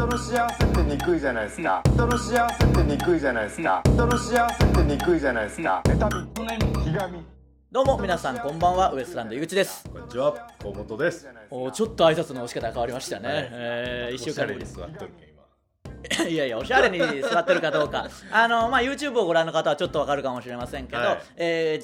人の幸せってにくいじゃないですか。人の幸せってにくいじゃないですか。人の幸せってにくいじゃないですか。妬み、ひがみ。 どうも皆さんこんばんは、ウエストランド井口です。 こんにちは、河本です。 ちょっと挨拶の仕方が変わりましたね、1週間後に座っとるけんいやいや、おしゃれに座ってるかどうかYouTube をご覧の方はちょっとわかるかもしれませんけど、 はい、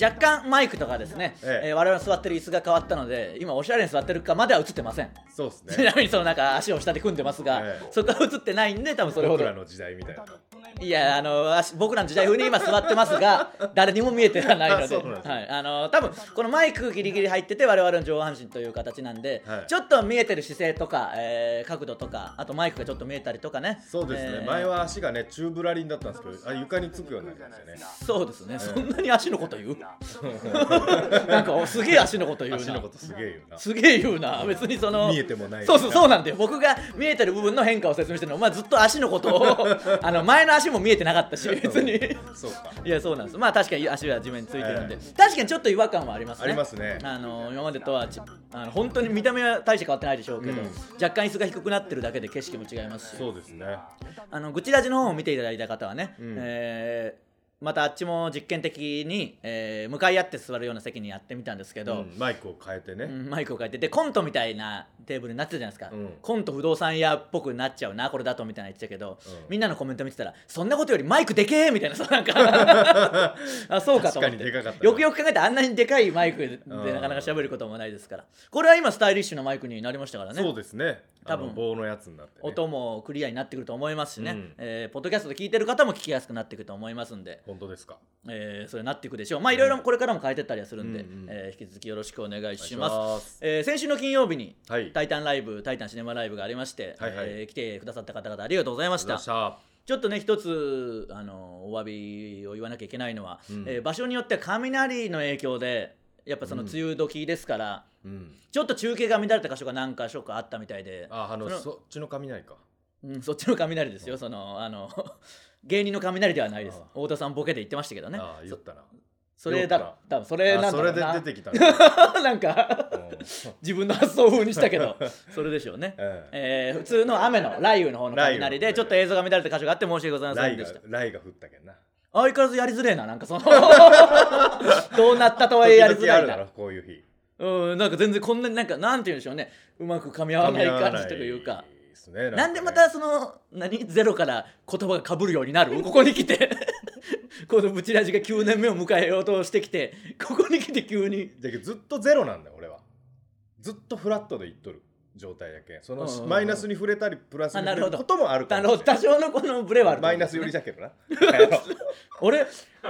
若干マイクとかですね、我々座ってる椅子が変わったので今おしゃれに座ってるかまでは映ってません。 そうですね。 ちなみにそのなんか足を下で組んでますが、そこは映ってないんで多分それほど僕らの時代みたいな。 いや僕らの時代風に今座ってますが誰にも見えてはないので、 そうなんです、 はい、多分このマイクギリギリ入ってて我々の上半身という形なんで、 はい、 ちょっと見えてる姿勢とか、角度とかあとマイクがちょっと見えたりとかね。 そうですね、前は足がねチューブラリンだったんですけど床につくようになりましたね。 そうですね、そんなに足のこと言うなんかすげえ足のこと言うな。 足のことすげえ言うな。 すげえ言うな。別にその見えてもない。 そうなんだよ。僕が見えてる部分の変化を説明してるのお前ずっと足のことを前の足も見えてなかったし別にそうか。 いやそうなんです。まあ確かに足は地面についてるんで、確かにちょっと違和感はありますね。 ありますね。 今までとは本当に見た目は大して変わってないでしょうけど、若干椅子が低くなってるだけで景色も違いますし。 そうですね。 愚痴ラジの方を見ていただいた方はね、またあっちも実験的に、向かい合って座るような席にやってみたんですけど、 マイクを変えてね、 マイクを変えて、でコントみたいなテーブルになってたじゃないですか、コント不動産屋っぽくなっちゃうなこれだとみたいな言ってたけど、みんなのコメント見てたらそんなことよりマイクでけーみたいな、なんかあそうかと思って、よくよく考えてあんなにでかいマイクでなかなか喋ることもないですから、これは今スタイリッシュなマイクになりましたからね。 そうですね、 多分棒のやつになって、ね、 音もクリアになってくると思いますしね、ポッドキャストで聞いてる方も聞きやすくなってくると思いますんで。 本当ですか。 それなっていくでしょう。まあいろいろこれからも変えてったりはするんで、引き続きよろしくお願いします。先週の金曜日に、タイタンシネマライブがありまして、来てくださった方々ありがとうございました。ちょっとね一つお詫びを言わなきゃいけないのは、場所によっては雷の影響でやっぱその梅雨時ですから、ちょっと中継が乱れた箇所が何箇所かあったみたいで、 そっちの雷か、 そっちの雷ですよ。芸人の雷ではないです。太田さんボケで言ってましたけどね。 言ったな。 それだろ、多分それなんだろうな。 それで出てきたなんか自分の発想風にしたけどそれでしょうね。普通の雨の雷雨の方の雷でちょっと映像が乱れた箇所があって申し訳ございませんでした。 雷が降ったけんな。 相変わらずやりづれえな、なんかどうなったとはいえやりづらいな。 こういう日なんか全然こんなになんて言うんでしょうね、うまく噛み合わない感じというか。なんでまたゼロから言葉がかぶるようになるここに来てこのブチラジが9年目を迎えようとしてきて、ここに来て急にずっとゼロなんだよ俺は。ずっとフラットでいっとる状態だけ、マイナスに触れたりプラスに触れることもあるかもしれない。 多少のこのブレはある。 マイナス寄りだけどな俺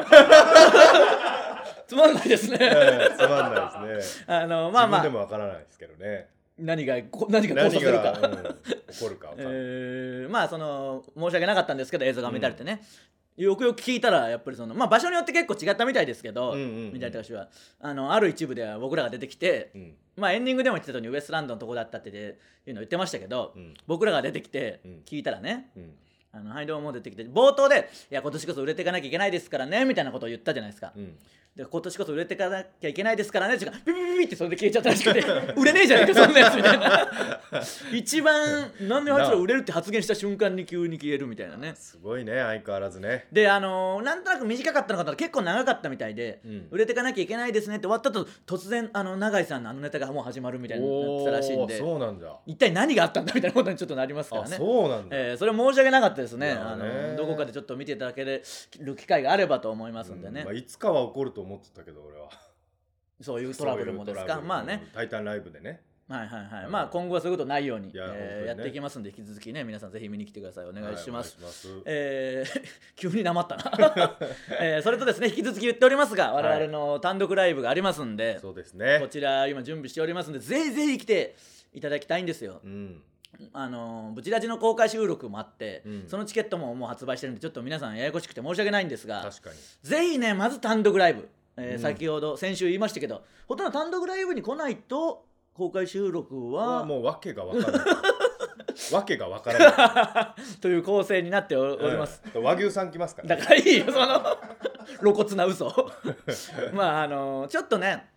つまんないですねつまんないですね。まあまあ自分でもわからないですけどね、何が交差するか起こるかまあ申し訳なかったんですけど、映像が乱れてね、よくよく聞いたらやっぱり場所によって結構違ったみたいですけど、みたいな話はある一部では僕らが出てきて、まあエンディングでも言ってたようにウエストランドのとこだったっていうのを言ってましたけど、僕らが出てきて聞いたらね、はいどうも出てきて冒頭で「いや今年こそ売れていかなきゃいけないですからね」みたいなことを言ったじゃないですか。で今年こそ売れていかなきゃいけないですからねってピピピピってそれで消えちゃったらしくて売れねえじゃねえかそんなやつみたいな一番なんであいつら売れるって発言した瞬間に急に消えるみたいなね。 すごいね、相変わらずね。 でなんとなく短かったのかと結構長かったみたいで、売れていかなきゃいけないですねって終わったと突然永井さんのネタがもう始まるみたいになってたらしいんで、 そうなんだ。 一体何があったんだみたいなことにちょっとなりますからね。 そうなんだ。 それは申し訳なかったですね。どこかでちょっと見ていただける機会があればと思いますんでね。 いつかは起こると思ってたけど俺は。 そういうトラブルもですか。まあね、 タイタンライブでね。 はい、まあ今後はそういうことないようにやっていきますんで、引き続きね皆さんぜひ見に来てください。お願いします。急になまったなそれとですね、引き続き言っておりますが、我々の単独ライブがありますんで、 そうですね、 こちら今準備しておりますんで、ぜひぜひ来ていただきたいんですよ。ブチラジの公開収録もあって、そのチケットももう発売してるんで、ちょっと皆さんややこしくて申し訳ないんですが、 確かにぜひねまず単独ライブ、先週言いましたけど、ほとんど単独ライブに来ないと公開収録はもうわけがわからないわけがわからないという構成になっております。 和牛さん来ますから、 だからいいよ露骨な嘘まあちょっとねフ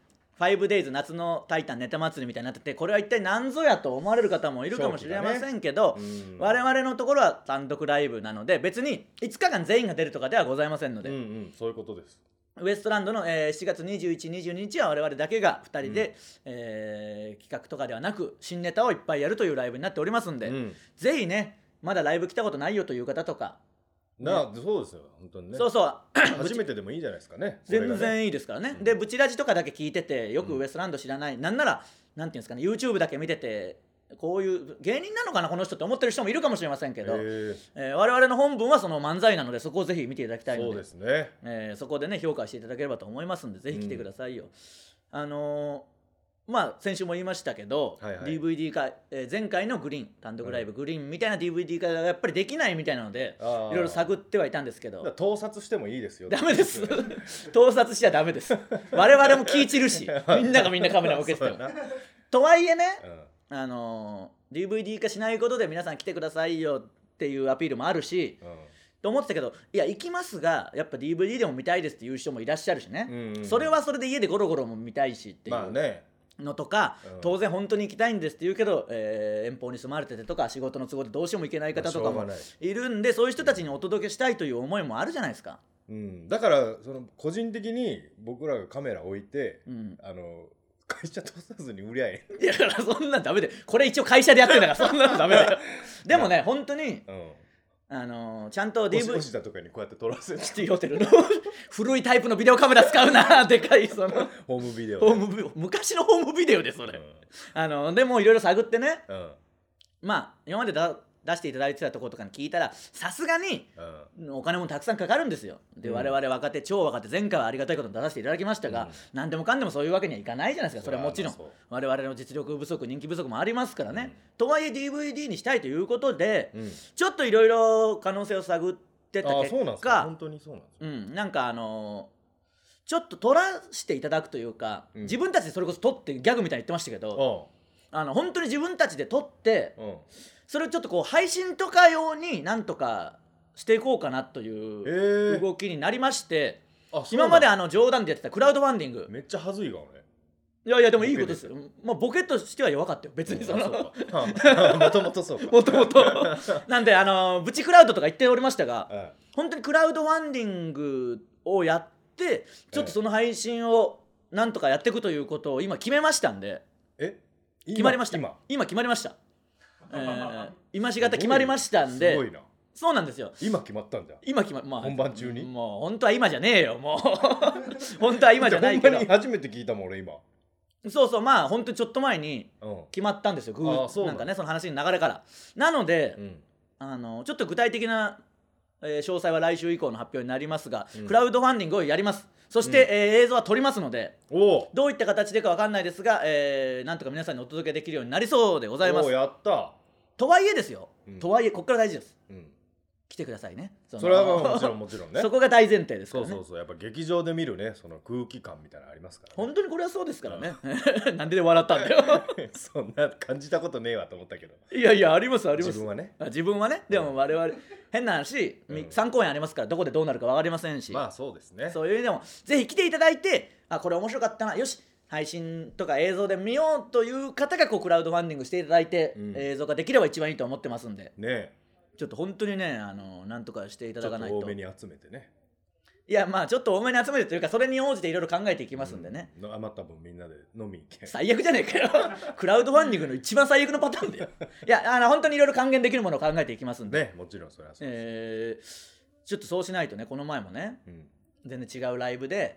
5days 夏のタイタンネタ祭りみたいになってて、これは一体何ぞやと思われる方もいるかもしれませんけど、我々のところは単独ライブなので、別に5日間全員が出るとかではございませんので、 そういうことです。 ウエストランドの、7月21、22日は我々だけが2人で、企画とかではなく新ネタをいっぱいやるというライブになっておりますんで、ぜひね、まだライブ来たことないよという方とか、 そうですよ本当にね。 そうそう初めてでもいいじゃないですかね。 全然いいですからね。でブチラジとかだけ聞いててよくウエストランド知らない、なんならなんていうんですかね、 YouTube だけ見ててこういう芸人なのかなこの人って思ってる人もいるかもしれませんけど、我々の本文はその漫才なので、そこをぜひ見ていただきたいので、 そうですね、 そこでね評価していただければと思いますんで、ぜひ来てくださいよ。まあ先週も言いましたけど、DVD 化、前回のグリーン単独ライブ、グリーンみたいな DVD 化がやっぱりできないみたいなので、いろいろ探ってはいたんですけど、 盗撮してもいいですよ。 ダメです盗撮しちゃダメです。我々も気散るし、みんながみんなカメラ向けててもとはいえね、DVD 化しないことで皆さん来てくださいよっていうアピールもあるし、と思ってたけど、いや行きますがやっぱ DVD でも見たいですっていう人もいらっしゃるしね、それはそれで家でゴロゴロも見たいしっていうのとか、当然本当に行きたいんですって言うけど、遠方に住まれててとか仕事の都合でどうしても行けない方とかもいるんで、そういう人たちにお届けしたいという思いもあるじゃないですか。 だからその個人的に僕らがカメラ置いて、会社通さずに売りゃええ。いやだからそんなんダメで、これ一応会社でやってんだからそんなのダメだよ。でもね本当に、ちゃんと DVD 押田とかにこうやって撮らせて、 シティホテルの古いタイプのビデオカメラ使うなでかいそのホームビデオ、 昔のホームビデオでそれ、でもいろいろ探ってね、まあ今まで出していただいてたところとかに聞いたら、さすがにお金もたくさんかかるんですよ。で、我々若手超若手前回はありがたいことに出させていただきましたが、何でもかんでもそういうわけにはいかないじゃないですか。それはもちろん我々の実力不足人気不足もありますからね、とはいえ DVD にしたいということで、ちょっといろいろ可能性を探ってた結果、 本当にそうなんですよ、 なんかちょっと撮らせていただくというか、自分たちでそれこそ撮ってギャグみたいに言ってましたけど、本当に自分たちで撮って、それをちょっとこう配信とか用になんとかしていこうかなという動きになりまして、今まで冗談でやってたクラウドファンディング、 めっちゃ恥ずいがね。 いやいやでもいいことですよ。まあボケとしては弱かったよ別に。そのもともとそうか、 もともとなんでブチクラウドとか言っておりましたが、本当にクラウドファンディングをやってちょっとその配信をなんとかやっていくということを今決めましたんで。決まりました。今決まりました。今しがた決まりましたんで。 すごいな。 そうなんですよ。 今決まったんじゃ。 まあ、 本番中に。 もう本当は今じゃねえよもう本当は今じゃないけど。 本当に初めて聞いたもん俺今。 そうまあ本当にちょっと前に決まったんですよ。なんかねその話の流れから。なので、ちょっと具体的な詳細は来週以降の発表になりますが、クラウドファンディングをやります。そして、映像は撮りますので、どういった形でか分かんないですが、なんとか皆さんにお届けできるようになりそうでございます。 やった。 とはいえですよ、とはいえここから大事です、来てくださいね。 それはもちろんねそこが大前提ですからね。 そうやっぱ劇場で見るねその空気感みたいなのありますからね。 本当にこれはそうですからねなんで笑ったんだよそんな感じたことねえわと思ったけど。 いやあります自分はね。 でも我々変な話、3公演ありますからどこでどうなるか分かりませんし、 まあそうですね。 そういう意味でもぜひ来ていただいて、これ面白かったな、よし配信とか映像で見ようという方がクラウドファンディングしていただいて、映像ができれば一番いいと思ってますんでね。 ちょっと本当にねなんとかしていただかないと。 ちょっと多めに集めてね。 いやまあちょっと多めに集めてというかそれに応じていろいろ考えていきますんでね、 余った分みんなで飲み行け。 最悪じゃねえかよクラウドファンディングの一番最悪のパターンだよいや本当にいろいろ還元できるものを考えていきますんでね。もちろんそれはそうです。ちょっとそうしないとね、この前もね、全然違うライブで、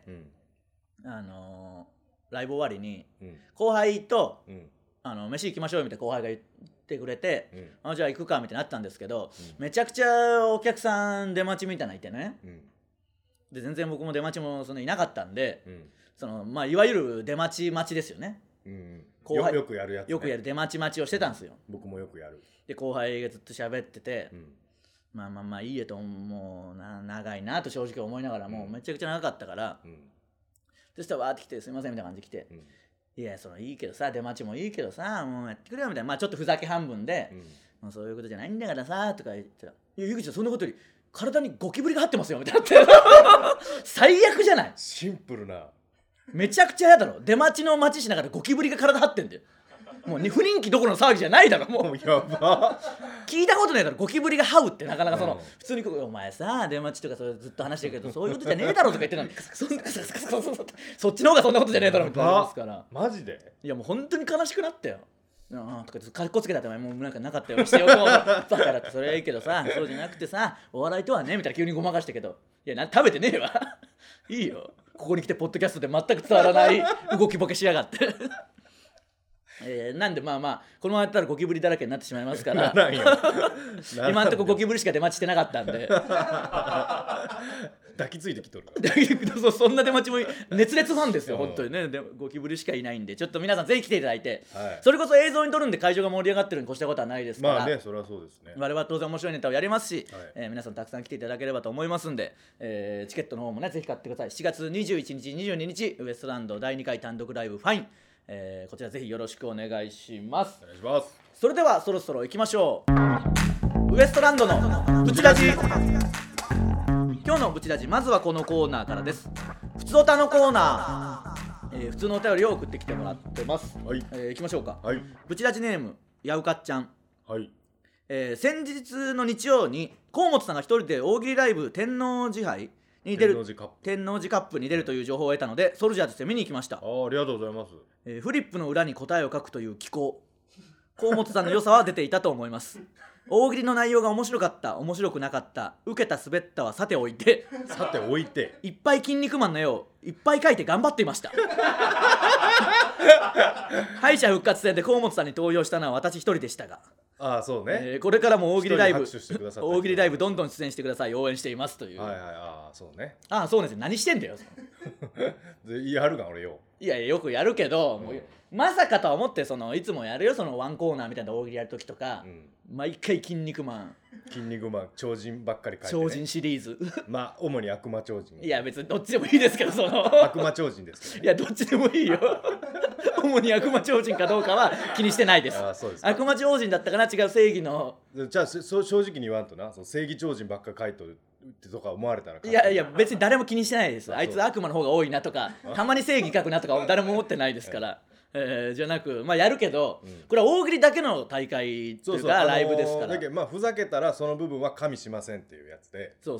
ライブ終わりに、後輩と、飯行きましょうみたいな後輩が言ってくれて、じゃあ行くかみたいになったんですけど、めちゃくちゃお客さん出待ちみたいなのいてね、で全然僕も出待ちもそのいなかったんで、まあいわゆる出待ちですよね、 よくやるやつね。 よくやる出待ちをしてたんですよ。 僕もよくやる。 で後輩がずっと喋ってて、まあいいえともう長いなと正直思いながら、もうめちゃくちゃ長かったから、そしたらわーって来て、すいませんみたいな感じで来て、いやそのいいけどさ、出待ちもいいけどさ、もうやってくれよみたいな、まあちょっとふざけ半分で、もうそういうことじゃないんだからさとか言ってたら、いや井口さんそんなことより体にゴキブリが張ってますよみたいな最悪じゃない。 シンプルなめちゃくちゃ嫌だろ。出待ちの待ちしながらゴキブリが体張ってんだよ。もう不人気どころの騒ぎじゃないだろ。もうやば聞いたことないだろ、ゴキブリが這うって。なかなかその、普通にお前さ出待ちとかそれずっと話してるけどそういうことじゃねえだろとか言ってるのにそっちの方がそんなことじゃねえだろみたいなことですから。 マジでいやもう本当に悲しくなったよ。ああとかかっこつけたってもうなんかなかったようにしてよバカだってそれはいいけどさ、そうじゃなくてさお笑いとはねみたいな急にごまかしたけど、いや食べてねえわいいよ、ここに来てポッドキャストで全く伝わらない動きボケしやがってなんでまあこのままやったらゴキブリだらけになってしまいますから今んとこゴキブリしか出待ちしてなかったんで抱きついてきとるそんな出待ちも熱烈ファンですようん本当にね。でゴキブリしかいないんでちょっと皆さんぜひ来ていただいて、 はい、 それこそ映像に撮るんで会場が盛り上がってるに越したことはないですから。 まあねそれはそうですね。 我々は当然面白いネタをやりますし、 はい皆さんたくさん来ていただければと思いますんで、チケットの方もねぜひ買ってください。7月21日22日ウエストランド第2回単独ライブファイン、こちらぜひよろしくお願いします。 お願いします。 それではそろそろ行きましょう。ウエストランドのブチラジ。今日のブチラジ、まずはこのコーナーからです。ふつおたのコーナー、普通のお便りを送ってきてもらってます。 はい、 行きましょうか。 はい、 ブチラジネームやうかっちゃん。 はい、 先日の日曜に河本さんが一人で大喜利ライブ天王寺杯に出る、天王寺カップに出るという情報を得たのでソルジャーとして見に行きました。 ありがとうございます。 フリップの裏に答えを書くという機構、河本さんの良さは出ていたと思います。大喜利の内容が面白かった、面白くなかった、受けた滑ったはさておいていっぱい筋肉マンの絵をいっぱい描いて頑張っていました敗者復活戦で河本さんに登場したのは私一人でしたが、 そうね、 これからも大喜利ライブ大喜利ライブどんどん出演してください、応援していますという。 そうね。 そうです。何してんだよやるが俺よ。 いやよくやるけど、もうまさかとは思って、いつもやるよ、そのワンコーナーみたいな大喜利やるときとか、毎回筋肉マン超人ばっかり書いて、ね、 超人シリーズ主に悪魔超人。 いや別にどっちでもいいですけど悪魔超人ですけど、ね、 いやどっちでもいいよ主に悪魔超人かどうかは気にしてないです。 そうです悪魔超人だったかな、違う正義の。 じゃあ正直に言わんとな、正義超人ばっか書いとるってとか思われたら。 いや別に誰も気にしてないです。あいつ悪魔の方が多いなとかたまに正義書くなとか誰も思ってないですからじゃなくやるけど、これは大喜利だけの大会というかライブですから。 だけどふざけたらその部分は加味しませんっていうやつで、 そう、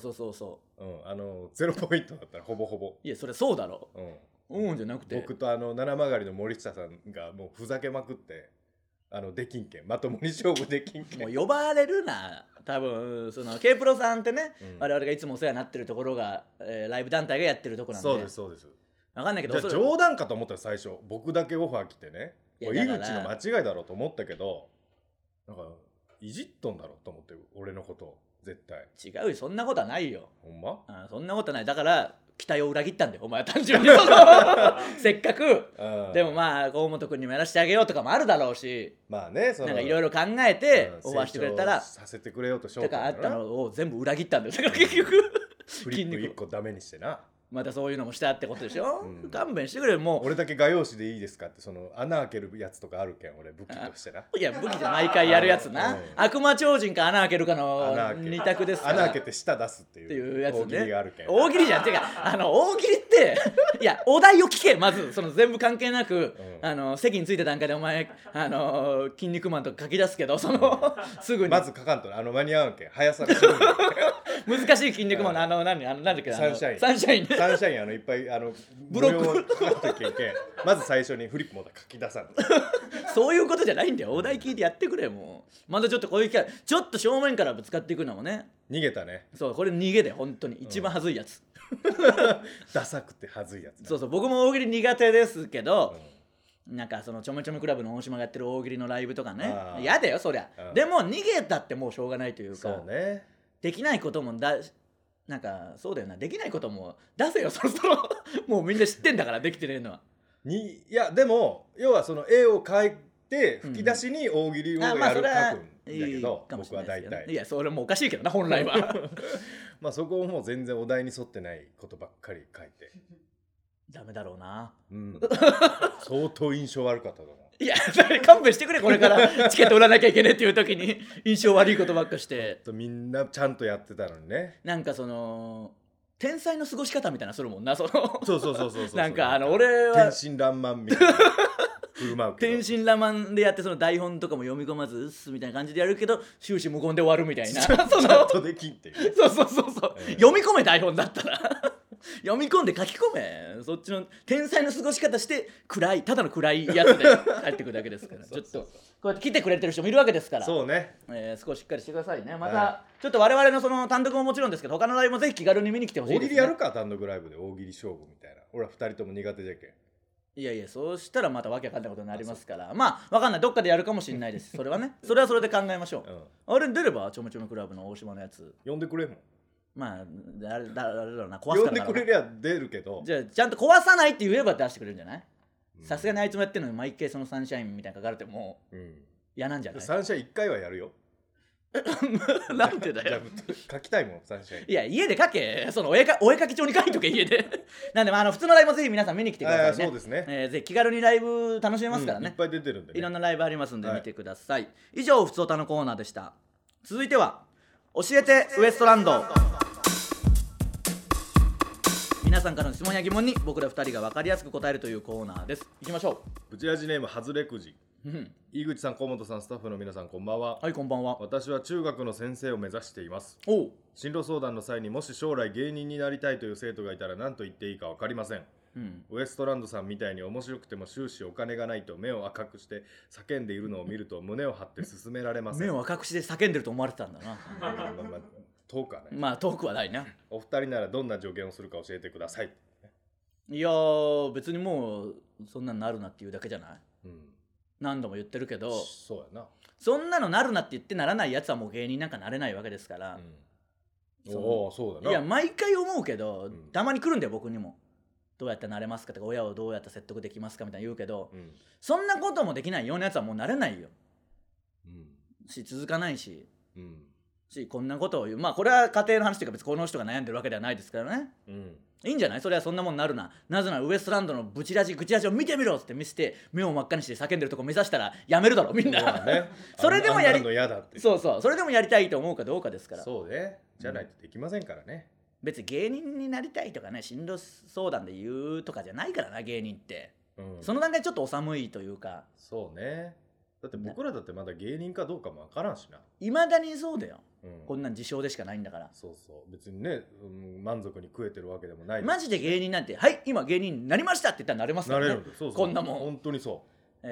0ポイントだったらほぼほぼ。 いやそれそうだろじゃなくて、 僕と七曲りの森下さんがもうふざけまくってできんけん、まともに勝負できんけん。 もう呼ばれるな。多分K プロさんってね、我々がいつもお世話になってるところが、ライブ団体がやってるところなんで。 そうです分かんないけど、 じゃあ冗談かと思ったら最初僕だけオファー来てね、井口の間違いだろうと思ったけど、なんかいじっとんだろうと思って、俺のことを。絶対違うよ、そんなことはないよ。 ほんま？ そんなことない。だから期待を裏切ったんだよお前は、単純にせっかくでも河本君にもやらせてあげようとかもあるだろうし、 なんかいろいろ考えてオファーしてくれたらさせてくれようとしようとかあったのを全部裏切ったんだよ。だから結局フリップ1個ダメにしてな、 またそういうのもしたってことでしょ、勘弁してくれよ。もう俺だけ画用紙でいいですかって、穴開けるやつとかあるけん、俺武器としてな。 いや武器じゃ毎回やるやつな、悪魔超人か穴開けるかの2択ですから。 穴開けて舌出すっていうやつね、 大喜利があるけん。 大喜利じゃん。てか大喜利っていやお題を聞け、まず全部関係なく、席についた段階でお前筋肉マンとか書き出すけど、すぐにまず書かんと間に合わんけん、速さがすごい難しい筋肉マンのなんだっけ、 サンシャインサンシャインいっぱいブロックかかってけんまず最初にフリップも書き出さんそういうことじゃないんだよ。お題聞いてやってくれ。もうまだちょっとこういう機会、ちょっと正面からぶつかっていくのもね、 逃げたね。 そう、これ逃げで本当に一番恥ずいやつ、 ダサくて恥ずいやつ。 そう僕も大喜利苦手ですけど、なんかちょめちょめクラブの大島がやってる大喜利のライブとかね、嫌だよそりゃ、でも逃げたってもうしょうがないというか、 そうね、 できないこともなんかそうだよな、できないことも出せよそろそろもうみんな知ってんだから、できてねえのは。 いやでも要はその絵を描いて吹き出しに大喜利をやる、書くんだけど、僕は大体。 いやそれもおかしいけどな本来はそこをもう全然お題に沿ってないことばっかり書いてダメだろうな、 相当印象悪かったと思う。 いや勘弁してくれ、これからチケット売らなきゃいけないっていう時に印象悪いことばっかして。 みんなちゃんとやってたのにね。 なんか天才の過ごし方みたいなするもんな、そうなんか俺は天真爛漫みたいな振る舞うけど天真爛漫でやって、その台本とかも読み込まずうっすみたいな感じでやるけど終始無言で終わるみたいなちゃんとできんっていうねそう、読み込め台本だったら読み込んで書き込め、そっちの天才の過ごし方してただの暗いやつで帰ってくるだけですからちょっとこうやって来てくれてる人もいるわけですから、 そうね、 少ししっかりしてくださいね。また、ちょっと我々のその単独ももちろんですけど、他のライブもぜひ気軽に見に来てほしいですね。 大喜利やるか、単独ライブで大喜利勝負みたいな。俺は2人とも苦手じゃけん。 いやそうしたらまたわけわかんないことになりますから、まあわかんない、どっかでやるかもしれないですそれはね、それはそれで考えましょう、あれ出ればちょめちょめクラブの大島のやつ呼んでくれんもん。 まあ誰だろうな、壊すから呼んでくれりゃ出るけど、 じゃあちゃんと壊さないって言えば出してくれるんじゃない。さすがにあいつもやってるのに毎回そのサンシャインみたいな書かれても嫌なんじゃない。 サンシャイン1回はやるよなんでだよ書きたいもん、サンシャイン。 いや家で書け、そのお絵かき帳に書いとけ家でなんで普通のライブもぜひ皆さん見に来てくださいね。 そうですね、 ぜひ気軽にライブ楽しめますからね、 いっぱい出てるんでね、 いろんなライブありますんで見てください、以上ふつおたのコーナーでした。続いては教えてウエストランド。皆さんからの質問や疑問に僕ら2人が分かりやすく答えるというコーナーです。いきましょう。ブチラジネームはずれくじ井口さん、河本さん、スタッフの皆さん、こんばんは。 はい、こんばんは。 私は中学の先生を目指しています。進路相談の際にもし将来芸人になりたいという生徒がいたら何と言っていいか分かりません。ウエストランドさんみたいに面白くても終始お金がないと目を赤くして叫んでいるのを見ると胸を張って進められません。 目を赤くして叫んでると思われてたんだな遠くはね。 まあ遠くはないな。 お二人ならどんな助言をするか教えてください。 いや別にもうそんなのなるなっていうだけじゃない、何度も言ってるけど、 そうやな、 そんなのなるなって言ってならないやつはもう芸人なんかなれないわけですから、 そうだな。 いや毎回思うけど、たまに来るんだよ僕にも。どうやってなれますかとか、親をどうやって説得できますかみたいな言うけど、そんなこともできないようなやつはもうなれないよ、し続かないし、こんなことを言う、まあこれは家庭の話というか別にこの人が悩んでるわけではないですからね、いいんじゃない。それはそんなもんなるな。なぜならウエストランドのブチラジを見てみろって見せて目を真っ赤にして叫んでるとこ目指したらやめるだろみんな、それでもやりそれでもやりたいと思うかどうかですから。 そうね、じゃないとできませんからね、 別に芸人になりたいとかね、進路相談で言うとかじゃないからな芸人って、その段階ちょっとお寒いというか。 そうね、だって僕らだってまだ芸人かどうかもわからんしな。 いまだにそうだよ、こんなん自称でしかないんだから。 そう別にね、満足に食えてるわけでもない。 マジで芸人なんて、はい今芸人になりましたって言ったらなれますからね。こんなもん本当にそう、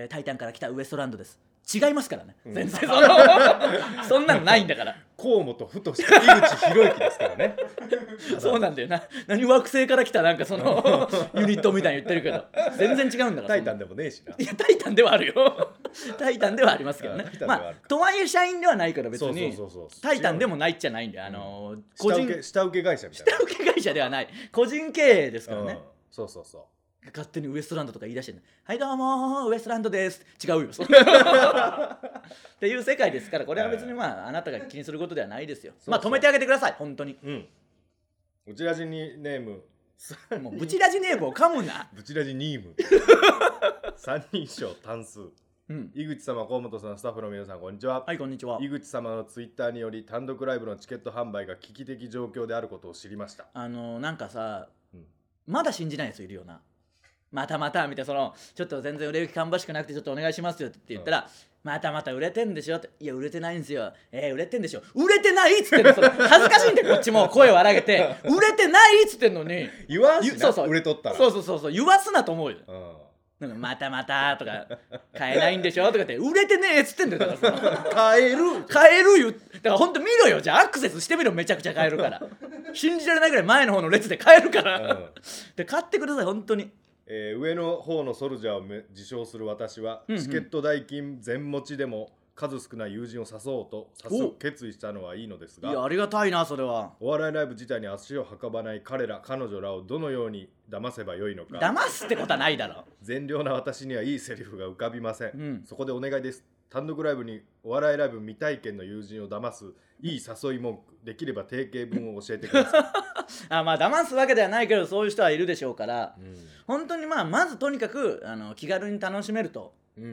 タイタンから来たウエストランドです、違いますからね、全然そんなのないんだから河本太井口博之ですからねそうなんだよな。何惑星から来たなんかそのユニットみたいに言ってるけど全然違うんだから。 タイタンでもねえしな。 いやタイタンではあるよタイタンではありますけどね。まあとはいえ社員ではないから別にタイタンでもないっちゃないんで、 個人下請け会社みたいな。 下請け会社ではない個人経営ですからね。 そう勝手にウエストランドとか言い出してね、はいどうもウエストランドです違うよっていう世界ですから、これは別にまああなたが気にすることではないですよ。まあ止めてあげてください本当に。 ブチラジネームもうブチラジネームを噛むなブチラジニーム三人称単数。井口様、河本さん、スタッフの皆さん、こんにちは。 はいこんにちは。 井口様のツイッターにより単独ライブのチケット販売が危機的状況であることを知りました。 なんかさ、まだ信じないやついるよな。またみたいな、そのちょっと全然売れ行き芳しくなくてちょっとお願いしますよって言ったら、また売れてんでしょって。いや売れてないんですよ。売れてんでしょ。売れてないっつってんの。それ恥ずかしいんでこっちも声を荒げて売れてないっつってんのに言わんしな。売れとったらそう言わすなと思うよ。なんかまたとか買えないんでしょとかって売れてねえっつってんだよ。だから買えるよ。だからほんと見ろよ、じゃあアクセスしてみろ、めちゃくちゃ買えるから信じられないぐらい前の方の列で買えるからで買ってください本当に。 上の方のソルジャーを自称する私は、チケット代金全持ちでも数少ない友人を誘おうと早速決意したのはいいのですが、 いやありがたいなそれは。 お笑いライブ自体に足を運ばない彼女らをどのように騙せばよいのか。 騙すってことはないだろ。 善良な私にはいいセリフが浮かびません、そこでお願いです。単独ライブにお笑いライブ未体験の友人を騙すいい誘い文句、できれば定型文を教えてくださいまあ騙すわけではないけどそういう人はいるでしょうから、本当にまずとにかく気軽に楽しめると、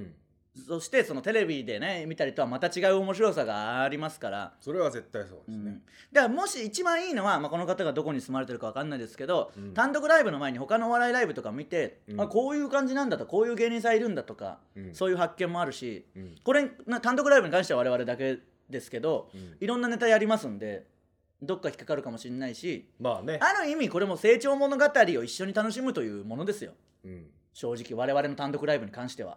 そしてそのテレビでね見たりとはまた違う面白さがありますから。 それは絶対そうですね、 だからもし一番いいのは、この方がどこに住まれてるか分かんないですけど、単独ライブの前に他のお笑いライブとか見て、こういう感じなんだと、こういう芸人さんいるんだとか、そういう発見もあるし、これ単独ライブに関しては我々だけですけど、いろんなネタやりますんでどっか引っかかるかもしれないし、 ある意味これも成長物語を一緒に楽しむというものですよ、正直我々の単独ライブに関しては、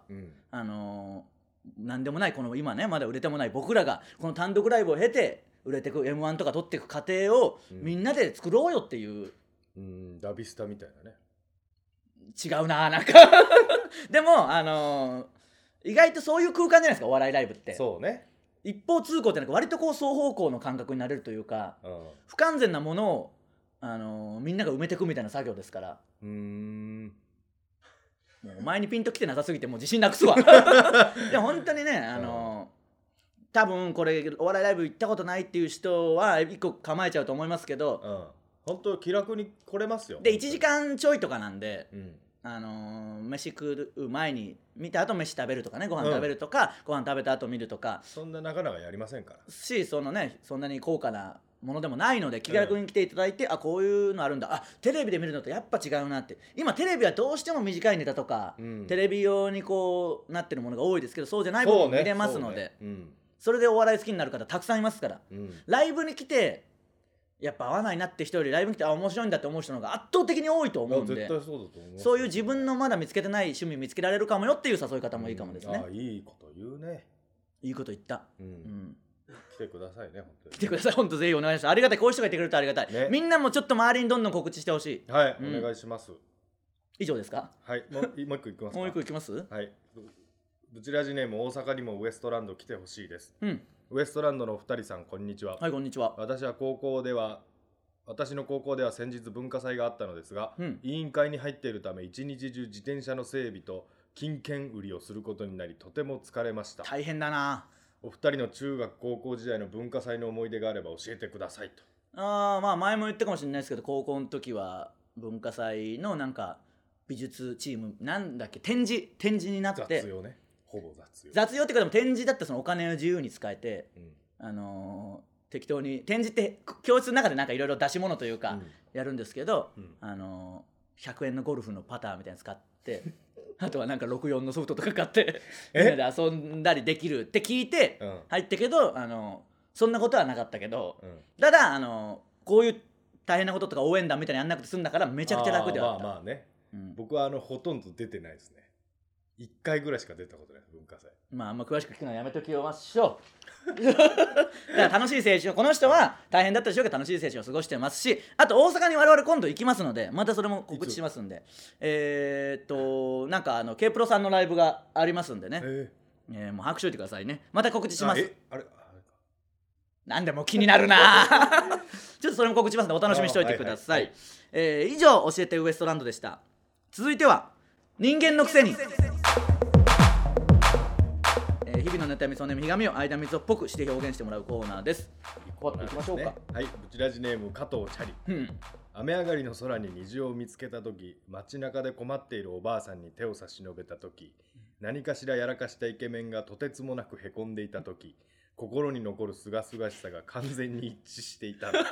なんでもないこの今ねまだ売れてもない僕らがこの単独ライブを経て売れてく M1 とか取っていく過程をみんなで作ろうよっていう、 ダビスタみたいなね。 違うななんかでも意外とそういう空間じゃないですかお笑いライブって。 そうね、 一方通行ってなんか割とこう双方向の感覚になれるというか、不完全なものをみんなが埋めていくみたいな作業ですから。もうお前にピンときてなさすぎてもう自信なくすわでも本当にね多分これお笑いライブ行ったことないっていう人は一個構えちゃうと思いますけど、 本当気楽に来れますよ。 で1時間ちょいとかなんで、飯食う前に見た後飯食べるとかね、ご飯食べるとか、ご飯食べた後見るとか、 そんななかなかやりませんからし、そんなに高価なものでもないので気軽に来ていただいて、こういうのあるんだ、テレビで見るのとやっぱ違うなって。今テレビはどうしても短いネタとか、テレビ用にこうなってるものが多いですけど、そうじゃない部分も見れますので、それでお笑い好きになる方たくさんいますから、ライブに来てやっぱ合わないなって人よりライブに来て面白いんだって思う人の方が圧倒的に多いと思うんで、 絶対そうだと思う。 そういう自分のまだ見つけてない趣味見つけられるかもよっていう誘い方もいいかもですね。 いいこと言うね。 いいこと言った。 来てくださいね、本当に。 来てください、本当ぜひお願いします。ありがたい、こういう人がいてくれるとありがたい、みんなもちょっと周りにどんどん告知してほしい。 はい、お願いします。 以上ですか。 はい、もう一個いきますか。 もう一個いきます。 はい、ブチラジネーム大阪にもウエストランド来てほしいです。ウエストランドのお二人さん、こんにちは。 はい、こんにちは。 私の高校では先日文化祭があったのですが、委員会に入っているため一日中自転車の整備と金券売りをすることになり、とても疲れました。 大変だな。 お二人の中学高校時代の文化祭の思い出があれば教えてくださいと。 前も言ったかもしれないですけど、高校の時は文化祭のなんか美術チームなんだっけ、展示になって、 雑用ね、ほぼ雑用っていうか、でも展示だってそのお金を自由に使えて、適当に展示って教室の中でなんかいろいろ出し物というかやるんですけど、100円のゴルフのパターみたいなの使ってあとはなんか64のソフトとか買ってみんなで遊んだりできるって聞いて入ったけど、そんなことはなかったけど、ただこういう大変なこととか応援団みたいにやんなくて済んだからめちゃくちゃ楽ではあった。 まあね、僕はほとんど出てないですね。1回ぐらいしか出たことない文化祭。 あんま詳しく聞くのはやめときましょうだから楽しい青春を、この人は大変だったでしょうけど楽しい青春を過ごしてますし、あと大阪に我々今度行きますので、またそれも告知しますんで、なんかK プロさんのライブがありますんでね、もう把握しといてくださいね。また告知します。なんでも気になるなちょっとそれも告知しますのでお楽しみにしておいてください。以上教えてウエストランドでした。続いては人間のくせに、日々の妬み、そねみ、ひがみを間水っぽくして表現してもらうコーナーです。行きましょうか。 はい、ブチラジネーム加藤チャリ。雨上がりの空に虹を見つけた時、街中で困っているおばあさんに手を差し伸べた時、何かしらやらかしたイケメンがとてつもなくへこんでいた時、心に残るすがすがしさが完全に一致していたま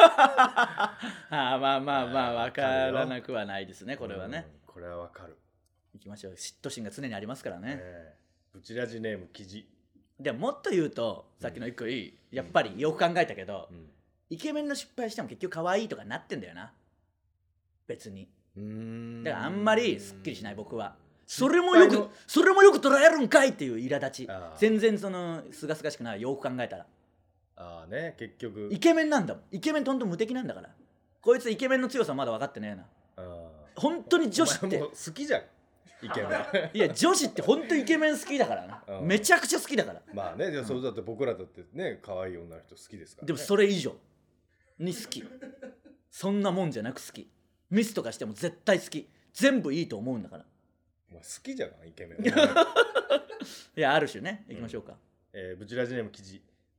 あ分からなくはないですね、これはね。 これは分かる。 いきましょう。嫉妬心が常にありますからね。 ブチラジネームキジ。 でももっと言うと、さっきの一個いい、やっぱりよく考えたけど、イケメンの失敗しても結局可愛いとかなってんだよな、別に。だからあんまりすっきりしない、僕は。それもよく捉えるんかいっていう苛立ち。全然そのすがすがしくない。よく考えたら結局イケメンなんだもん。イケメンとんと無敵なんだから。こいつイケメンの強さまだ分かってねえな。本当に女子って好きじゃん、イケメン。 いや女子って本当にイケメン好きだからな。めちゃくちゃ好きだから。 まあね、それだって僕らだってね、可愛い女の人好きですからね。 でもそれ以上に好き。そんなもんじゃなく好き。ミスとかしても絶対好き。全部いいと思うんだから。 好きじゃんイケメン。 いやある種ね。行きましょうか。 ブチラジネームキジ。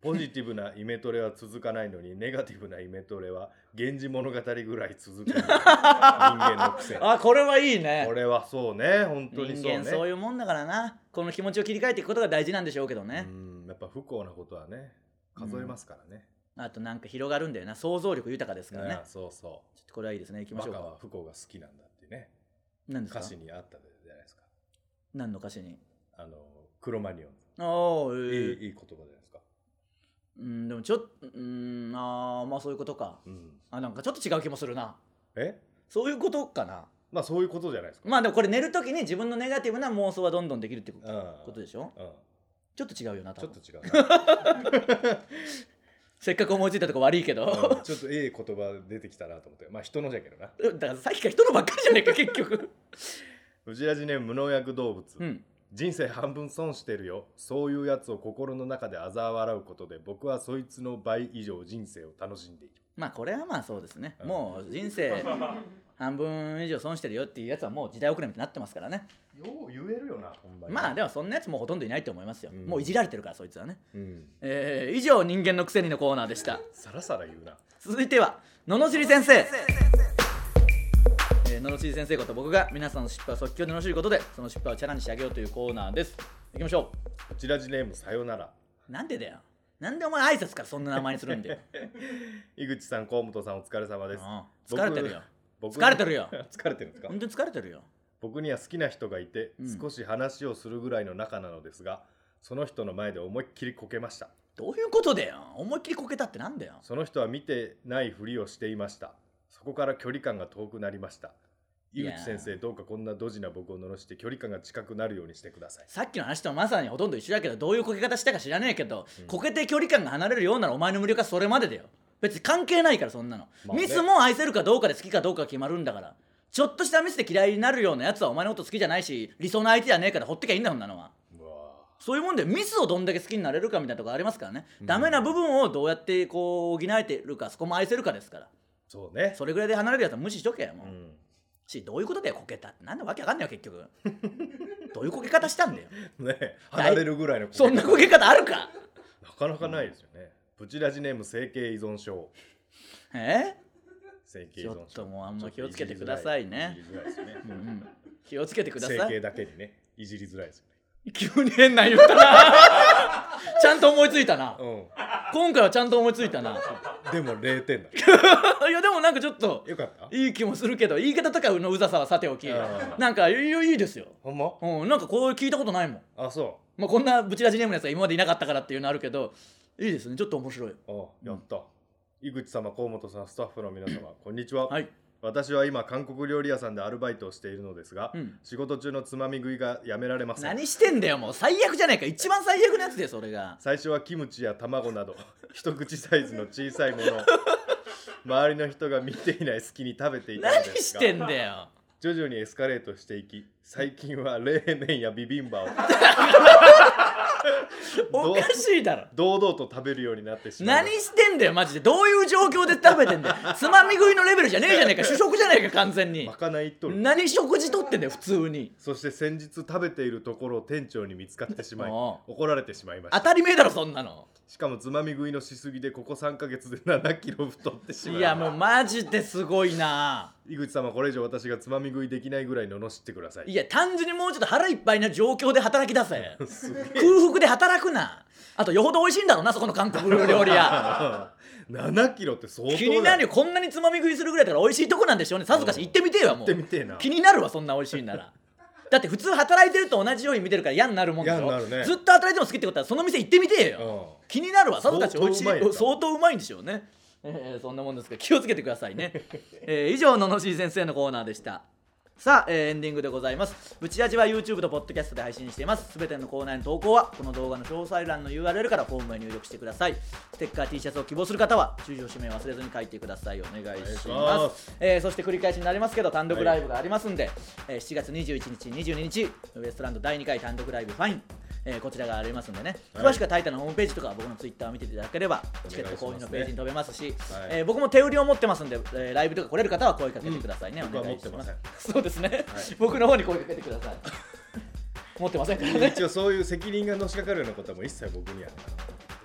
ポジティブなイメトレは続かないのにネガティブなイメトレは源氏物語ぐらい続く人間のくせに。 あ、これはいいね。 これはそうね、本当にそうね。 人間そういうもんだからな。この気持ちを切り替えていくことが大事なんでしょうけどね。 やっぱ不幸なことはね数えますからね。 あとなんか広がるんだよな。想像力豊かですからね。 そうそう。ちょっとこれはいいですね。行きましょうか。 バカは不幸が好きなんだってね。 何ですか？ 歌詞にあったじゃないですか。 何の歌詞に？ クロマニオンズ。いい言葉じゃないですか。 でもちょっとまあそういうことか。なんかちょっと違う気もするな。そういうことかな。 まあそういうことじゃないですか。 まあでもこれ寝るときに自分のネガティブな妄想はどんどんできるってことでしょ。ちょっと違うよな。 ちょっと違うな。 せっかく思いついたとこ悪いけど、 ちょっといい言葉出てきたなと思って。まあ人のじゃけどな。 だからさっきから人のばっかりじゃねえか結局。 うちらじネーム無農薬動物。人生半分損してるよ。そういうやつを心の中で嘲笑うことで僕はそいつの倍以上人生を楽しんでいる。 まあこれはまあそうですね。もう人生半分以上損してるよっていうやつはもう時代遅れみたいになってますからね。 よう言えるよな、ほんまに。 まあでもそんなやつもほとんどいないと思いますよ。もういじられてるからそいつはね。以上人間のくせにのコーナーでした。 さらさら言うな。 続いては罵り先生。罵り先生こと僕が皆さんの失敗を即興で罵ることでその失敗をチャラにしてあげようというコーナーです。いきましょう。こちらじネームさよなら。 なんでだよ。なんでお前挨拶からそんな名前にするんだよ。 井口さん、河本さんお疲れ様です。 疲れてるよ。疲れてるよ。 疲れてるんですか？ 本当に疲れてるよ。 僕には好きな人がいて、少し話をするぐらいの仲なのですが、その人の前で思いっきりこけました。 どういうことだよ。思いっきりこけたってなんだよ。 その人は見てないふりをしていました。そこから距離感が遠くなりました。井口先生、どうかこんなドジな僕を罵して距離感が近くなるようにしてください。 さっきの話とまさにほとんど一緒だけど、どういうこけ方したか知らねえけど、こけて距離感が離れるようならお前の無力はそれまでだよ。別に関係ないからそんなの、ミスも愛せるかどうかで好きかどうか決まるんだから。ちょっとしたミスで嫌いになるようなやつはお前のこと好きじゃないし、理想の相手じゃねえからほっときゃいいんだ、そんなのは。そういうもんで、ミスをどんだけ好きになれるかみたいなところありますからね。ダメな部分をどうやってこう補えてるか、そこも愛せるかですから。 そうね。 それぐらいで離れるやつは無視しとけよもう。どういうことだよこけたって。なんでわけわかんないよ結局。どういうこけ方したんだよ。 ね、離れるぐらいのそんなこけ方あるか。 なかなかないですよね。プチラジネーム整形依存症。整形依存症。 ちょっともうあんま気をつけてくださいね。気をつけてください。 整形だけにね、いじりづらいですよね。 急に変な言ったな。ちゃんと思いついたな。今回はちゃんと思いついたな。 でも0点だ。 いやでもなんかちょっとよかった。 いい気もするけど、言い方とかのうざさはさておき、なんかいいですよ。 ほんま？ なんかこう聞いたことないもん。 あ、そう。 まあこんなブチラジネームのやつが今までいなかったからっていうのあるけど、いいですね。ちょっと面白い。 やった。井口様、河本さん、スタッフの皆様、こんにちは。 はい。 私は今韓国料理屋さんでアルバイトをしているのですが、仕事中のつまみ食いがやめられません。 何してんだよもう。最悪じゃないか。一番最悪なやつでそれが。 最初はキムチや卵など一口サイズの小さいものを周りの人が見ていない隙に食べていたのですが、 何してんだよ。 徐々にエスカレートしていき、最近は冷麺やビビンバをおかしいだろ。 堂々と食べるようになってしまい何してんだよマジで。どういう状況で食べてんだよ。つまみ食いのレベルじゃねえじゃねえか。主食じゃねえか完全に。 まかないとる。 何食事とってんだよ普通に。 そして先日食べているところを店長に見つかってしまい怒られてしまいました。 当たり前だろそんなの。 しかもつまみ食いのしすぎでここ3ヶ月で7キロ太ってしまいました。 いやもうマジですごいな。 井口様、これ以上私がつまみ食いできないぐらい罵ってください。 いや単純にもうちょっと腹いっぱいな状況で働き出せ。空腹で働くな。あとよほど美味しいんだろうなそこの韓国料理屋。 7キロって相当だ。 気になるよ。こんなにつまみ食いするぐらいだから美味しいとこなんでしょうね。さぞかし行ってみてえわもう。 行ってみてえな。 気になるわそんな美味しいんなら。だって普通働いてると同じように見てるから嫌になるもんでしょ。 嫌になるね。 ずっと働いても好きってことはその店行ってみてえよ。気になるわ。さぞかし美味しい。相当うまいんでしょうね。そんなもんですから気をつけてくださいね。以上ののしい先生のコーナーでした。さあ、エンディングでございます。ブチラジは YouTube と Podcast で配信しています。すべてのコーナーの投稿はこの動画の詳細欄の URL からフォームへ入力してください。ステッカー T シャツを希望する方は住所氏名忘れずに書いてください。お願いします。そして繰り返しになりますけど単独ライブがありますんで、7月21日22日ウエストランド第2回単独ライブファイン、こちらがありますんでね、詳しくはタイタのホームページとか僕の Twitter を見ていただければチケット購入のページに飛べますし、僕も手売りを持ってますんで、ライブとか来れる方は声かけてくださいね。お願いします。そうですね、僕の方に声かけてください。持ってませんからね。 一応そういう責任がのしかかるようなことはもう一切僕には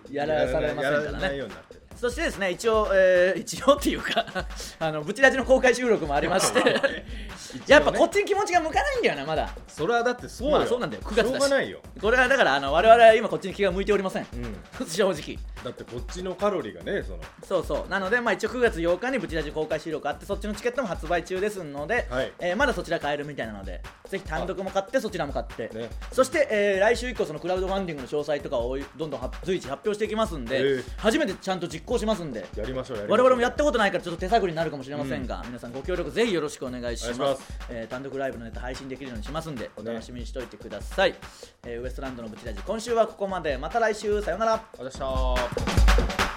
やらされませんからね。 やらないようになってる。 そしてですね、一応っていうかブチラジの公開収録もありましてやっぱこっちに気持ちが向かないんだよな、まだ。 それはだってそうよ、 まあそうなんだよ、9月だししょうがないよ。 これはだから我々は今こっちに気が向いておりません、正直。 だってこっちのカロリーがね、 そうなので、一応9月8日にブチラジ公開収録あって、そっちのチケットも発売中ですので、まだそちら買えるみたいなので、ぜひ単独も買ってそちらも買って、そして、来週以降そのクラウドファンディングの詳細とかをどんどん随時発表していきますんで、初めてちゃんと実行しますんで、 やりましょう。 我々もやったことないからちょっと手探りになるかもしれませんが、皆さんご協力ぜひよろしくお願いします。単独ライブのネタ配信できるようにしますんで、お楽しみにしておいてください。ウエストランドのブチラジ、今週はここまで。また来週、さようなら。 ありがとうございました。